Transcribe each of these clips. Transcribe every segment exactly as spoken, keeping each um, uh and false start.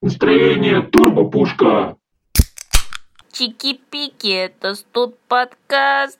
Настроение турбо-пушка. Чики-пики, это Студ подкаст.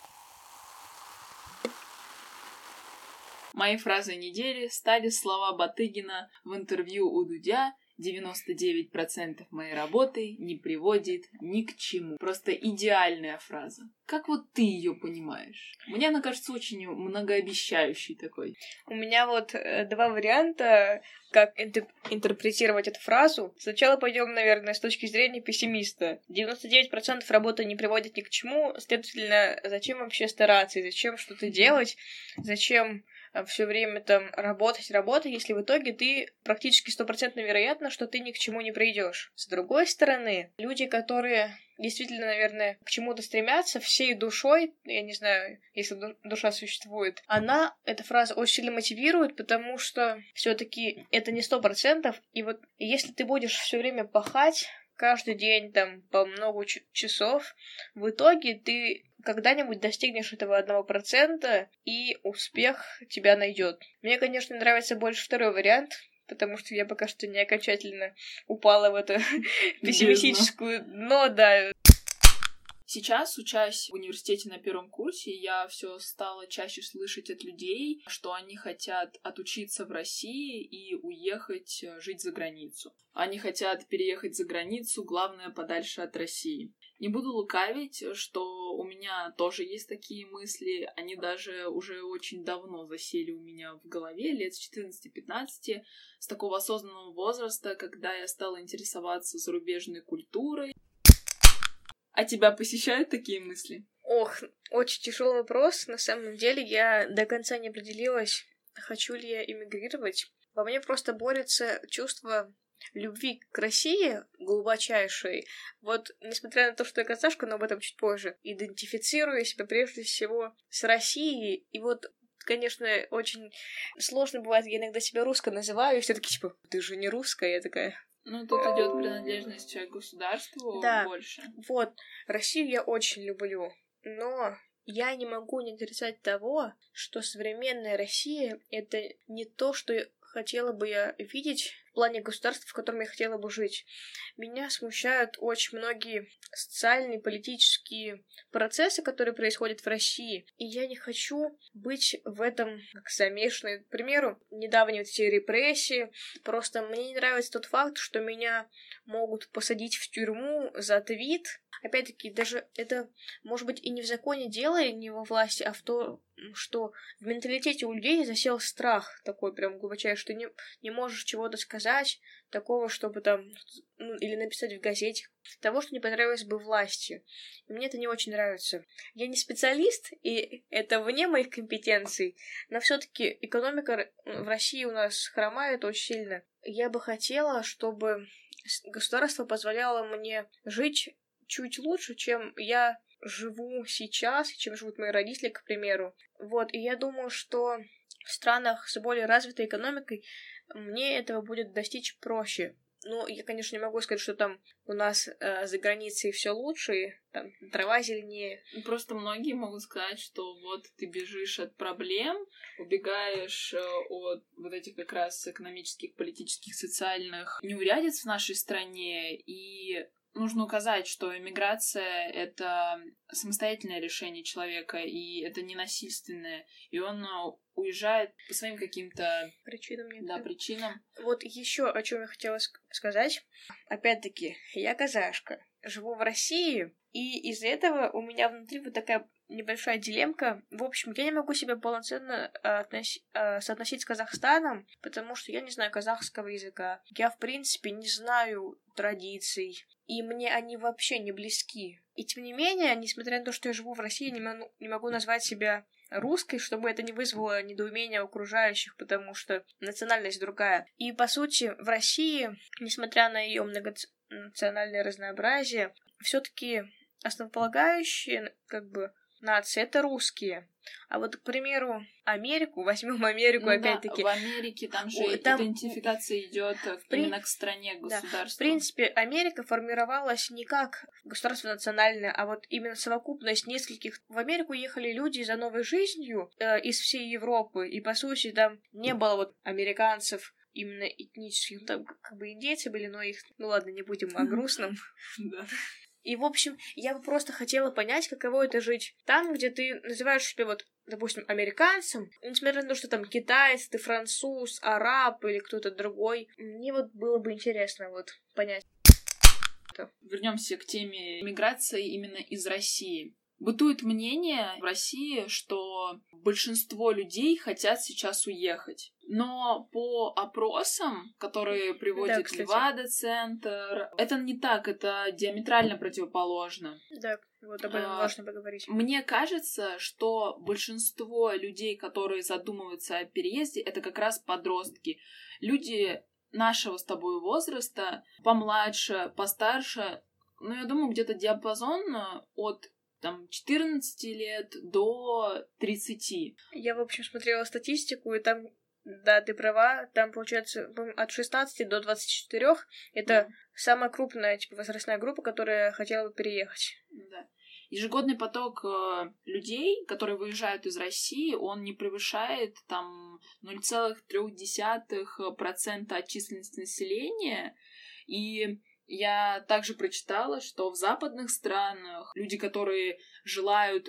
Моей фразой недели стали слова Батыгина в интервью у Дудя: девяносто девять процентов моей работы не приводит ни к чему. Просто идеальная фраза. Как вот ты ее понимаешь? Мне она кажется очень многообещающей такой. У меня вот э, два варианта, как интер- интерпретировать эту фразу. Сначала пойдем, наверное, с точки зрения пессимиста. девяносто девять процентов работы не приводит ни к чему, следовательно, зачем вообще стараться, и зачем что-то делать, зачем все время там работать, работать, если в итоге ты практически стопроцентно вероятно, что ты ни к чему не придешь. С другой стороны, люди, которые действительно, наверное, к чему-то стремятся всей душой, я не знаю, если душа существует, она, эта фраза очень сильно мотивирует, потому что все-таки это не сто процентов, и вот если ты будешь все время пахать каждый день там по много ч- часов, в итоге ты когда-нибудь достигнешь этого одного процента, и успех тебя найдет. Мне, конечно, нравится больше второй вариант, потому что я пока что не окончательно упала в эту пессимистическую дно, да. Сейчас, учась в университете на первом курсе, я все стала чаще слышать от людей, что они хотят отучиться в России и уехать жить за границу. Они хотят переехать за границу, главное, подальше от России. Не буду лукавить, что у меня тоже есть такие мысли, они даже уже очень давно засели у меня в голове, лет с четырнадцати-пятнадцати, с такого осознанного возраста, когда я стала интересоваться зарубежной культурой. А тебя посещают такие мысли? Ох, очень тяжелый вопрос. На самом деле я до конца не определилась, хочу ли я эмигрировать. Во мне просто борется чувство любви к России глубочайшей. Вот, несмотря на то, что я казашка, но об этом чуть позже, идентифицирую себя прежде всего с Россией. И вот, конечно, очень сложно бывает, я иногда себя русской называю, и все таки типа, ты же не русская, я такая... Ну, тут идет принадлежность к государству да, больше. Вот, Россию я очень люблю, но я не могу не отрицать того, что современная Россия — это не то, что хотела бы я видеть в плане государства, в котором я хотела бы жить. Меня смущают очень многие социальные, политические процессы, которые происходят в России, и я не хочу быть в этом как замешанной. К примеру, недавние вот эти репрессии, просто мне не нравится тот факт, что меня могут посадить в тюрьму за твит. Опять-таки, даже это, может быть, и не в законе дело, и не во власти, а в том, что в менталитете у людей засел страх такой прям глубочайший, что ты не, не можешь чего-то сказать, такого, чтобы там, ну, или написать в газете, того, что не понравилось бы власти. И мне это не очень нравится. Я не специалист, и это вне моих компетенций, но все-таки экономика в России у нас хромает очень сильно. Я бы хотела, чтобы государство позволяло мне жить чуть лучше, чем я живу сейчас, чем живут мои родители, к примеру. Вот, и я думаю, что в странах с более развитой экономикой мне этого будет достичь проще. Ну, я, конечно, не могу сказать, что там у нас э, за границей все лучше, и там трава зеленее. Просто многие могут сказать, что вот ты бежишь от проблем, убегаешь от вот этих как раз экономических, политических, социальных неурядиц в нашей стране, и нужно указать, что эмиграция — это самостоятельное решение человека, и это не насильственное, и он уезжает по своим каким-то причинам. Нет, да, причинам. Вот еще о чем я хотела сказать. Опять-таки, я казашка, живу в России, и из-за этого у меня внутри вот такая небольшая дилемка. В общем, я не могу себя полноценно относи- соотносить с Казахстаном, потому что я не знаю казахского языка. Я, в принципе, не знаю традиций, и мне они вообще не близки. И тем не менее, несмотря на то, что я живу в России, не могу, не могу назвать себя русской, чтобы это не вызвало недоумения окружающих, потому что национальность другая. И, по сути, в России, несмотря на ее многонациональное разнообразие, все-таки основополагающие, как бы, нации — это русские. А вот, к примеру, Америку, возьмем Америку, ну, опять-таки. Да, в Америке там же там... идентификация идет При... именно к стране, к государству. Да. В принципе, Америка формировалась не как государство национальное, а вот именно совокупность нескольких. В Америку ехали люди за новой жизнью э, из всей Европы, и, по сути, там не было вот американцев именно этнических, ну, там как бы индейцы были, но их, ну ладно, не будем о грустном. Да. И, в общем, я бы просто хотела понять, каково это жить там, где ты называешь себя вот, допустим, американцем, несмотря на то, что там китаец, ты француз, араб или кто-то другой. Мне вот было бы интересно вот понять. Вернемся к теме миграции именно из России. Бытует мнение в России, что большинство людей хотят сейчас уехать. Но по опросам, которые приводит Да, Левада-центр, это не так, это диаметрально противоположно. Да, вот об этом А, важно поговорить. Мне кажется, что большинство людей, которые задумываются о переезде, это как раз подростки. Люди нашего с тобой возраста, помладше, постарше, ну, я думаю, где-то диапазон от там четырнадцати лет до тридцати. Я, в общем, смотрела статистику, и там, да, ты права, там, получается, от шестнадцати до двадцати четырёх это mm. самая крупная, типа, возрастная группа, которая хотела бы переехать. Да. Ежегодный поток э, людей, которые выезжают из России, он не превышает там ноль целых три десятых процента от численности населения, и я также прочитала, что в западных странах люди, которые желают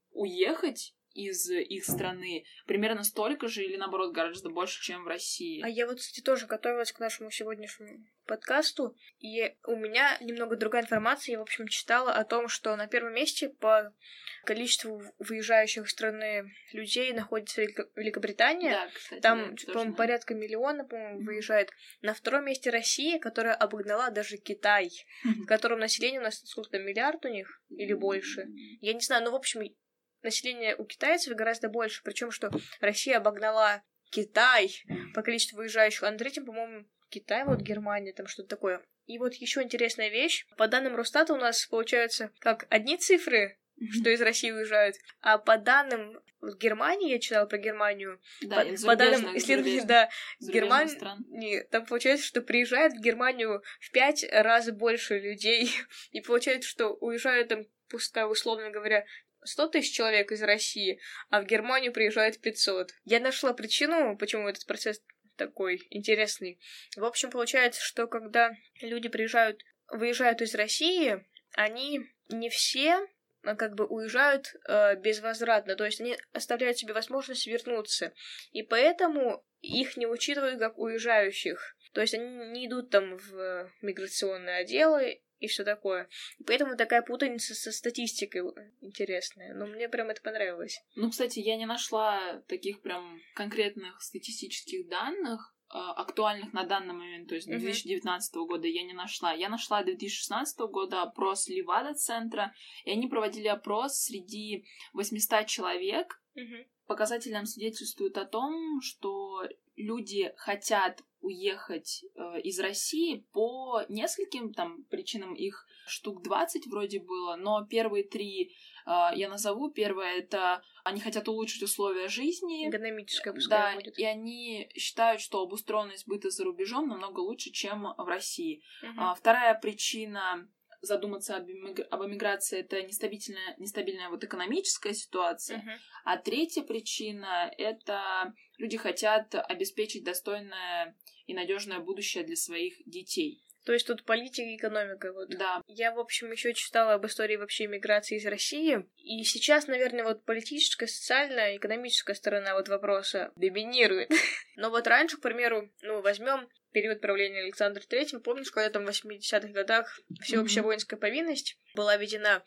уехать из их страны, примерно столько же или, наоборот, гораздо больше, чем в России. А я вот, кстати, тоже готовилась к нашему сегодняшнему подкасту, и у меня немного другая информация. Я, в общем, читала о том, что на первом месте по количеству выезжающих из страны людей находится Велик... Великобритания. Да, кстати, там, да, по-моему, да. порядка миллиона, по-моему, выезжает. На втором месте Россия, которая обогнала даже Китай, в котором население у нас сколько-то миллиард у них или больше. Я не знаю, но, в общем, население у китайцев гораздо больше, причем что Россия обогнала Китай по количеству выезжающих, а на третьем, по-моему, Китай, вот Германия, там что-то такое. И вот еще интересная вещь. По данным Росстата у нас получается как одни цифры, что из России уезжают, а по данным Германии, я читала про Германию, да, по, по данным исследований, да, Германия, там получается, что приезжает в Германию в пять раз больше людей, и получается, что уезжают там, пускай условно говоря, сто тысяч человек из России, а в Германию приезжает пятьсот. Я нашла причину, почему этот процесс такой интересный. В общем, получается, что когда люди приезжают, выезжают из России, они не все как бы уезжают э, безвозвратно, то есть они оставляют себе возможность вернуться, и поэтому их не учитывают как уезжающих, то есть они не идут там в миграционные отделы и все такое. И поэтому такая путаница со статистикой интересная. Но мне прям это понравилось. Ну, кстати, я не нашла таких прям конкретных статистических данных, актуальных на данный момент, то есть две тысячи девятнадцатого года я не нашла. Я нашла две тысячи шестнадцатого года опрос Левада-центра, и они проводили опрос среди восьмисот человек. Uh-huh. Показатели нам свидетельствуют о том, что люди хотят уехать э, из России по нескольким там причинам, их штук двадцать вроде было, но первые три э, я назову. Первое — это они хотят улучшить условия жизни. Экономическая, пускай да, будет. И они считают, что обустроенность быта за рубежом намного лучше, чем в России. Uh-huh. А, вторая причина задуматься об, эмигр... об эмиграции — это нестабильная, нестабильная вот экономическая ситуация. Uh-huh. А третья причина — это люди хотят обеспечить достойное и надежное будущее для своих детей. То есть тут политика и экономика, вот. Да. Я, в общем, еще читала об истории вообще миграции из России, и сейчас, наверное, вот политическая, социальная, экономическая сторона вот вопроса доминирует. Но вот раньше, к примеру, ну, возьмем период правления Александра Третьего, помнишь, когда там в восьмидесятых годах всеобщая mm-hmm. воинская повинность была введена,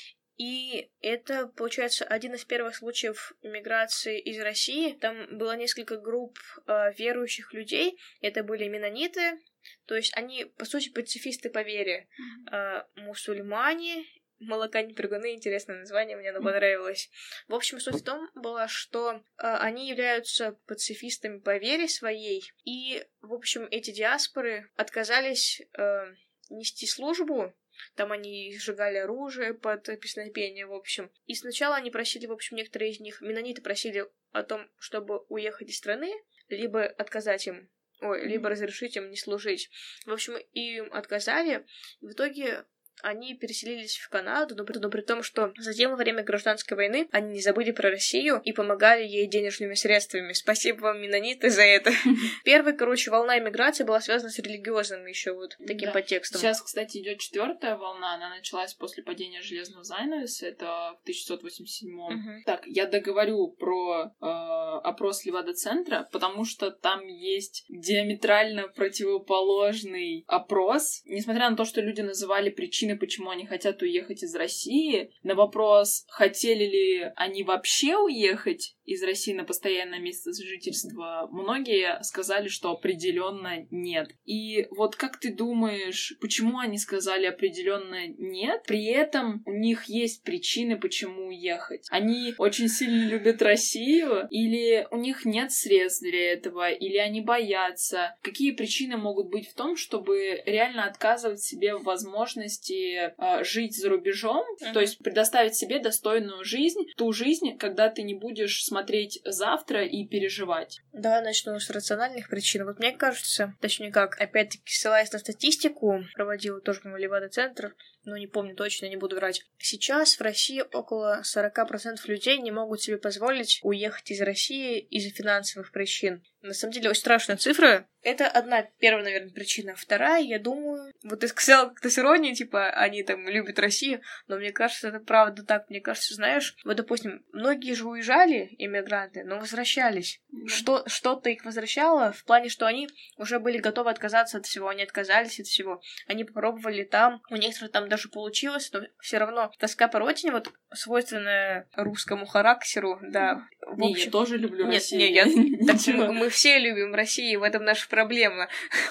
и это, получается, один из первых случаев миграции из России. Там было несколько групп э, верующих людей, это были меннониты, то есть они, по сути, пацифисты по вере, э, мусульмане, молокане прыгуны, интересное название, мне оно понравилось. В общем, суть в том была, что э, они являются пацифистами по вере своей, и, в общем, эти диаспоры отказались э, нести службу. Там они сжигали оружие под песнопение, в общем. И сначала они просили, в общем, некоторые из них, меннониты просили о том, чтобы уехать из страны, либо отказать им, ой, либо разрешить им не служить. В общем, им отказали. В итоге они переселились в Канаду, но при, но при том, что затем во время гражданской войны они не забыли про Россию и помогали ей денежными средствами. Спасибо вам, меннониты, за это. Первая, короче, волна иммиграции была связана с религиозным еще вот таким Да. подтекстом. Сейчас, кстати, идет четвертая волна. Она началась после падения железного занавеса. Это в тысяча девятьсот восемьдесят седьмом. Мгм. Так, я договорю про э, опрос Левада-центра, потому что там есть диаметрально противоположный опрос. Несмотря на то, что люди называли причины, почему они хотят уехать из России, на вопрос, хотели ли они вообще уехать из России на постоянное место жительства, многие сказали, что определенно нет. И вот как ты думаешь, почему они сказали определенно нет? При этом у них есть причины, почему уехать. Они очень сильно любят Россию, или у них нет средств для этого, или они боятся. Какие причины могут быть в том, чтобы реально отказывать себе в возможности э, жить за рубежом, Мгм. то есть предоставить себе достойную жизнь, ту жизнь, когда ты не будешь смотреть завтра и переживать. Давай начну с рациональных причин. Вот мне кажется, точнее как, опять-таки ссылаясь на статистику, проводила тоже, по-моему, Левада-центр, но не помню точно, не буду врать. Сейчас в России около сорок процентов людей не могут себе позволить уехать из России из-за финансовых причин. На самом деле, очень страшная цифра. Это одна, первая, наверное, причина. Вторая, я думаю, вот ты сказала как-то с иронией, типа, они там любят Россию, но мне кажется, это правда так. Мне кажется, знаешь, вот, допустим, многие же уезжали, иммигранты, но возвращались. Да. Что, что-то их возвращало в плане, что они уже были готовы отказаться от всего, они отказались от всего. Они попробовали там, у некоторых там даже получилось, но все равно тоска по родине, вот свойственная русскому характеру, да. В Не, общем- я тоже люблю Нет, Россию. не, я... так Ничего. мы, мы все любим Россию, в этом наша проблема.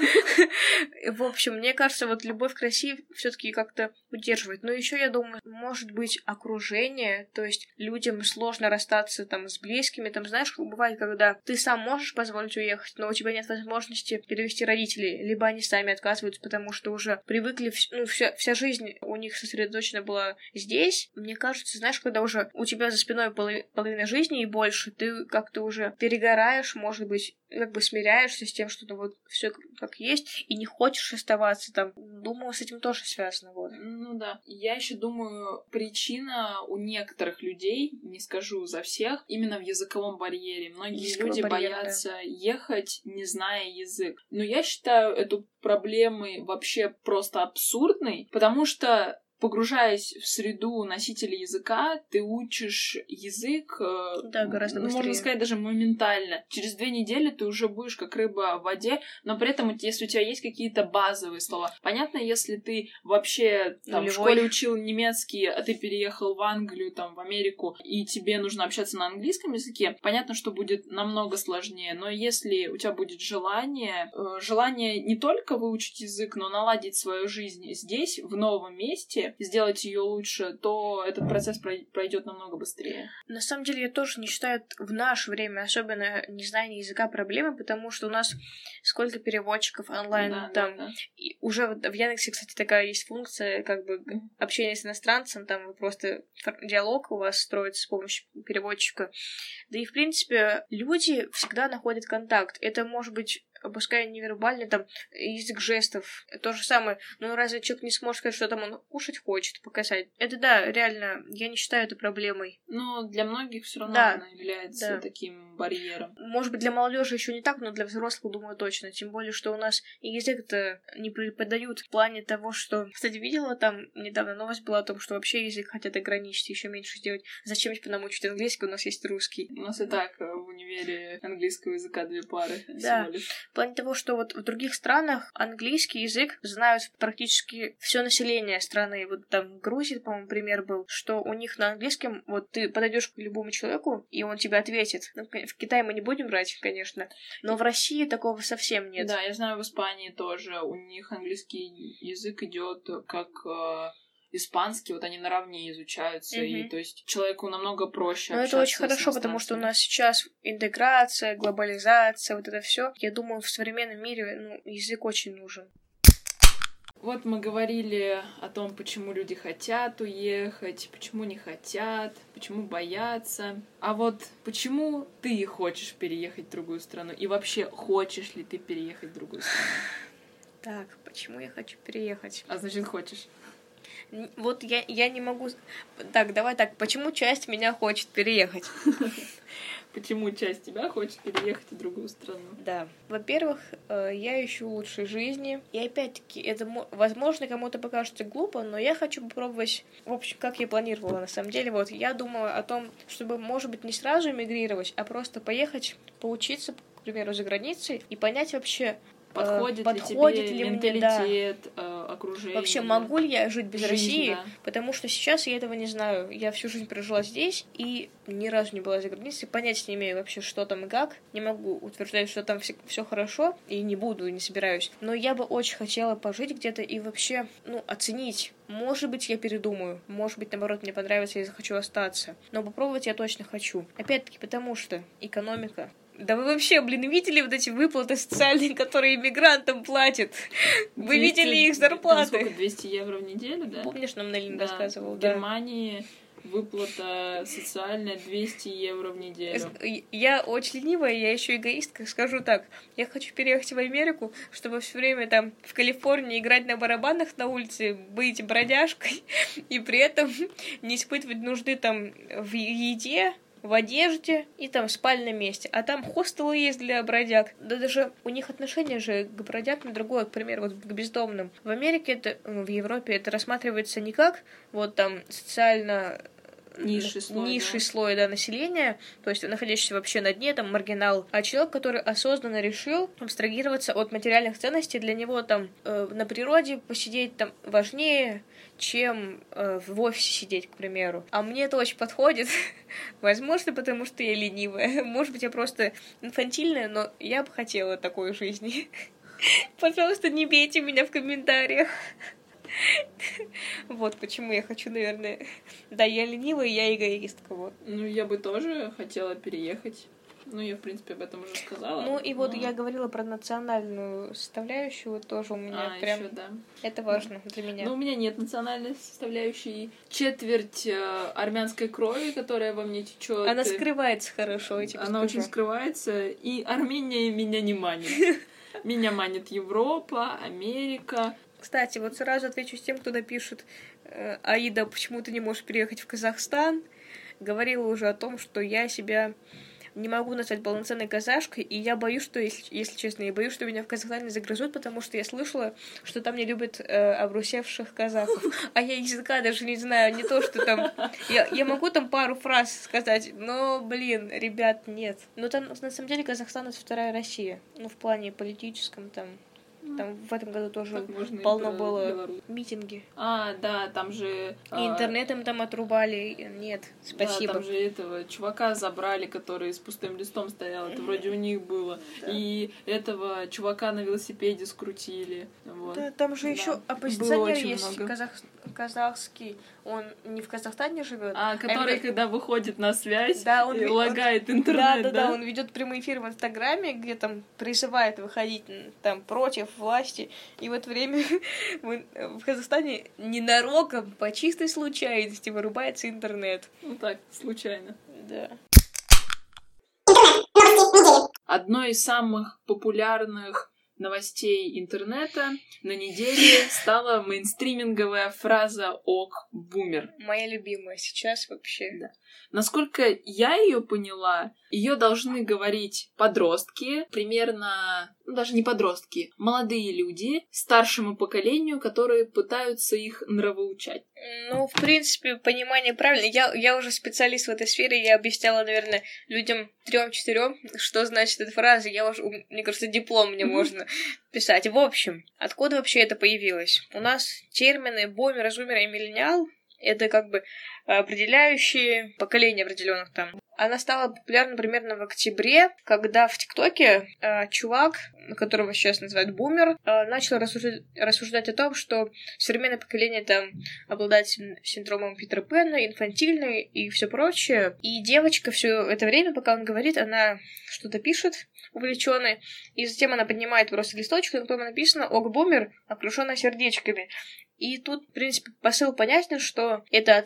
В общем, мне кажется, вот любовь к России все-таки как-то удерживает. Но еще я думаю, может быть, окружение, то есть людям сложно расстаться там с близкими, там, знаешь, как бывает, когда ты сам можешь позволить уехать, но у тебя нет возможности перевести родителей, либо они сами отказываются, потому что уже привыкли, вс- ну, вся, вся жизнь у них сосредоточена была здесь. Мне кажется, знаешь, когда уже у тебя за спиной полы- половина жизни и больше, ты как-то уже перегораешь, может быть, как бы смиряешься с тем, что ну, вот все как есть, и не хочешь оставаться там. Думаю, с этим тоже связано, вот. Ну да. Я еще думаю, причина у некоторых людей, не скажу за всех, именно в языковом барьере. Многие Языковой люди барьер, боятся ехать, не зная язык. Но я считаю эту проблемой вообще просто абсурдной, потому что погружаясь в среду носителя языка, ты учишь язык, э, Да, гораздо ну, быстрее. можно сказать, даже моментально. Через две недели ты уже будешь как рыба в воде, но при этом, если у тебя есть какие-то базовые слова. Понятно, если ты вообще там, в Нулевой. школе учил немецкий, а ты переехал в Англию, там, в Америку, и тебе нужно общаться на английском языке, понятно, что будет намного сложнее. Но если у тебя будет желание, э, желание не только выучить язык, но наладить свою жизнь здесь, в новом месте, сделать ее лучше, то этот процесс прой- пройдет намного быстрее. На самом деле, я тоже не считаю в наше время особенно незнание языка проблемы, потому что у нас сколько переводчиков онлайн Да, там. да, да. И уже вот в Яндексе, кстати, такая есть функция, как бы общение с иностранцем, там вы просто фор- диалог у вас строится с помощью переводчика. Да и, в принципе, люди всегда находят контакт. Это может быть, пускай невербальный, там, язык жестов. То же самое. Ну, разве человек не сможет сказать, что там он кушать хочет, показать? Это да, реально, я не считаю это проблемой. Но для многих все равно Да, она является да. таким барьером. Может быть, для молодежи еще не так, но для взрослых, думаю, точно. Тем более, что у нас и язык-то не преподают в плане того, что... Кстати, видела там недавно новость была о том, что вообще язык хотят ограничить, еще меньше сделать. Зачем типа нам учить английский, у нас есть русский. У нас и так э, в универе английского языка две пары Да. всего лишь. В плане того, что вот в других странах английский язык знают практически все население страны. Вот там в Грузии, по-моему, пример был, что у них на английском вот ты подойдешь к любому человеку, и он тебе ответит. Ну, в Китае мы не будем брать, конечно, но в России такого совсем нет. Да, я знаю, в Испании тоже у них английский язык идет как э, испанский, вот они наравне изучаются, Мгм. и то есть человеку намного проще Но это общаться очень с хорошо, потому что у иностранцами. нас сейчас интеграция, глобализация, вот это все. Я думаю, в современном мире ну, язык очень нужен. Вот мы говорили о том, почему люди хотят уехать, почему не хотят, почему боятся. А вот почему ты хочешь переехать в другую страну? И вообще, хочешь ли ты переехать в другую страну? Так, почему я хочу переехать? А значит, хочешь. Н- Вот я, я не могу... с- Так, давай так, почему часть меня хочет переехать? Почему часть тебя хочет переехать в другую страну? Да. Во-первых, э, я ищу лучшей жизни. И опять-таки, это, мо- возможно, кому-то покажется глупо, но я хочу попробовать, в общем, как я планировала. На самом деле, вот, я думала о том, чтобы, может быть, не сразу эмигрировать, а просто поехать, поучиться, к примеру, за границей и понять вообще, э, Подходит, подходит ли ли тебе мне, да. менталитет, э, окружение? Вообще, да? могу ли я жить без Жизнь, России? да. Потому что сейчас я этого не знаю. Я всю жизнь прожила здесь и ни разу не была за границей. Понятия не имею вообще, что там и как. Не могу утверждать, что там все хорошо, и не буду, и не собираюсь. Но я бы очень хотела пожить где-то и вообще, ну, оценить. Может быть, я передумаю. Может быть, наоборот, мне понравится, я захочу остаться. Но попробовать я точно хочу. Опять-таки, потому что экономика. Да вы вообще, блин, видели вот эти выплаты социальные, которые иммигрантам платят? Вы двести видели их Там сколько, зарплаты? двести евро в неделю, да? Помнишь, нам Налин Да. рассказывал, В да. Германии выплата социальная двести евро в неделю. Э, Я очень ленивая, я еще эгоистка, скажу так. Я хочу переехать в Америку, чтобы все время там в Калифорнии играть на барабанах на улице, быть бродяжкой и при этом не испытывать нужды там в еде, в одежде и там в спальном месте. А там хостелы есть для бродяг. Да даже у них отношение же к бродягам другое, к примеру, вот к бездомным. В Америке это, ну, в Европе это рассматривается не как вот там социально Низший слой, низший да. слой, да, населения, то есть находящийся вообще на дне, там, маргинал, а человек, который осознанно решил абстрагироваться от материальных ценностей, для него там э, на природе посидеть там важнее, чем э, в офисе сидеть, к примеру. А мне это очень подходит. Возможно, потому что я ленивая. Может быть, я просто инфантильная, но я бы хотела такой жизни. Пожалуйста, не бейте меня в комментариях. Вот почему я хочу, наверное... Да, я ленивая, я эгоистка, вот. Ну, я бы тоже хотела переехать. Ну, я, в принципе, об этом уже сказала. Ну, и вот но- я говорила про национальную составляющую, тоже у меня А, прям... еще, да. Это важно для меня. Но у меня нет национальной составляющей. Четверть э, армянской крови, которая во мне течет. Она скрывается хорошо, я тебе Она скажу. очень скрывается, и Армения меня не манит. Меня манит Европа, Америка. Кстати, вот сразу отвечу с тем, кто напишет: э, Аида, почему ты не можешь переехать в Казахстан? Говорила уже о том, что я себя не могу назвать полноценной казашкой, и я боюсь, что, если, если честно, я боюсь, что меня в Казахстане загрызут, потому что я слышала, что там не любят э, обрусевших казахов. А я языка даже не знаю, не то, что там... Я, я могу там пару фраз сказать, но, блин, ребят, нет. Ну, там, на самом деле, Казахстан — это вторая Россия. Ну, в плане политическом, там... Там в этом году тоже Так можно и полно про было Беларусь. митинги. А, да, там же... И а, интернетом там отрубали. Нет, спасибо. Да, там же этого чувака забрали, который с пустым листом стоял. Это вроде у них было. Да. И этого чувака на велосипеде скрутили. Вот. Да, там же Да. еще Было оппозиционер очень есть много. казах... казахский. Он не в Казахстане живет. А, который, именно- когда выходит на связь, Да, он и ви- лагает он- интернет, да, да, да? да, он ведет прямой эфир в Инстаграме, где там призывает выходить м, там против власти. И в это время в в Казахстане ненароком, по чистой случайности, вырубается интернет. Ну так, случайно. Да. Одной из самых популярных новостей интернета на неделе стала мейнстриминговая фраза «ок, бумер». Моя любимая сейчас вообще. Да. Насколько я ее поняла, ее должны говорить подростки, примерно, ну даже не подростки, молодые люди старшему поколению, которые пытаются их нравоучать. Ну, в принципе, понимание правильно. Я, я уже специалист в этой сфере, я объясняла, наверное, людям трем-четырем, что значит эта фраза. Я уже, мне кажется, диплом мне можно писать. В общем, откуда вообще это появилось? У нас термины бумер, зумер и миллениал — это как бы определяющие поколения определенных там. Она стала популярна примерно в октябре, когда в ТикТоке э, чувак, которого сейчас называют бумер, э, начал рассуждать, рассуждать о том, что современное поколение там обладает син- синдромом Питера Пэна, инфантильной и все прочее. И девочка все это время, пока он говорит, она что-то пишет, увлечённая, и затем она поднимает просто листочек, на котором написано «Ок, бумер», окружённая сердечками. И тут, в принципе, посыл понятен, что это ответ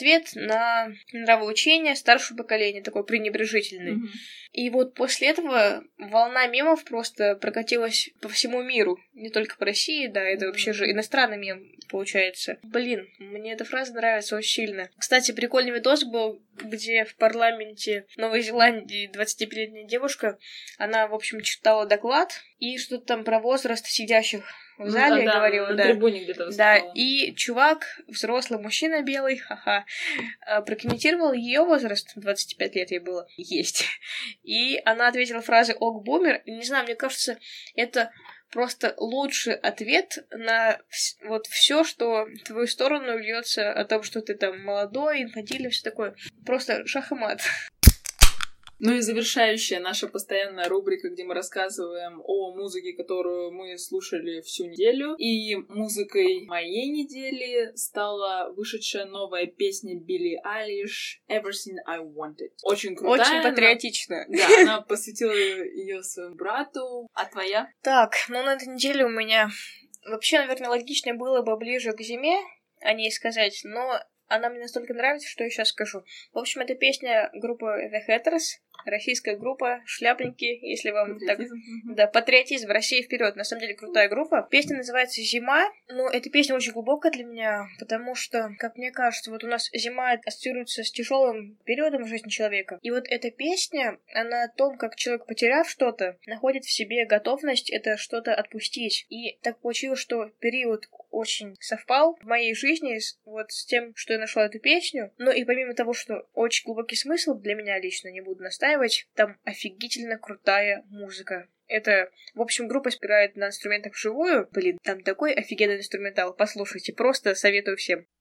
на нравоучение старшего поколения, такой пренебрежительный. Мгм. И вот после этого волна мемов просто прокатилась по всему миру, не только по России, да, это вообще же иностранный мем получается. Блин, мне эта фраза нравится очень сильно. Кстати, прикольный видос был, где в парламенте Новой Зеландии двадцатипятилетняя девушка, она, в общем, читала доклад и что-то там про возраст сидящих в зале Ну, да, говорила, на да. трибуне где-то Да, выступала. и чувак, взрослый мужчина белый, ха-ха, э, прокомментировал ее возраст, двадцать пять лет ей было, есть. И она ответила фразой «ок, бумер». Не знаю, мне кажется, это просто лучший ответ на вс- вот все, что в твою сторону льется о том, что ты там молодой, инфантильный, все такое. Просто шах и мат. Ну и завершающая наша постоянная рубрика, где мы рассказываем о музыке, которую мы слушали всю неделю. И музыкой моей недели стала вышедшая новая песня Билли Айлиш «Everything I Wanted». Очень крутая. Очень она- патриотично. Да, она посвятила ее своему брату. А твоя? Так, ну на этой неделе у меня вообще, наверное, логичнее было бы ближе к зиме о ней сказать, но она мне настолько нравится, что я сейчас скажу. В общем, это песня группы The Hatters, российская группа, шляпники, если вам так... Патриотизм. Мгм. Да, патриотизм, Россия вперед. На самом деле крутая группа. Песня называется «Зима». Ну, эта песня очень глубокая для меня, потому что, как мне кажется, вот у нас зима ассоциируется с тяжелым периодом в жизни человека. И вот эта песня, она о том, как человек, потеряв что-то, находит в себе готовность это что-то отпустить. И так получилось, что период очень совпал в моей жизни с, вот с тем, что я нашла эту песню. Ну и помимо того, что очень глубокий смысл для меня лично, не буду настаивать, там офигительно крутая музыка. Это, в общем, группа играет на инструментах вживую. Блин, там такой офигенный инструментал. Послушайте, просто советую всем.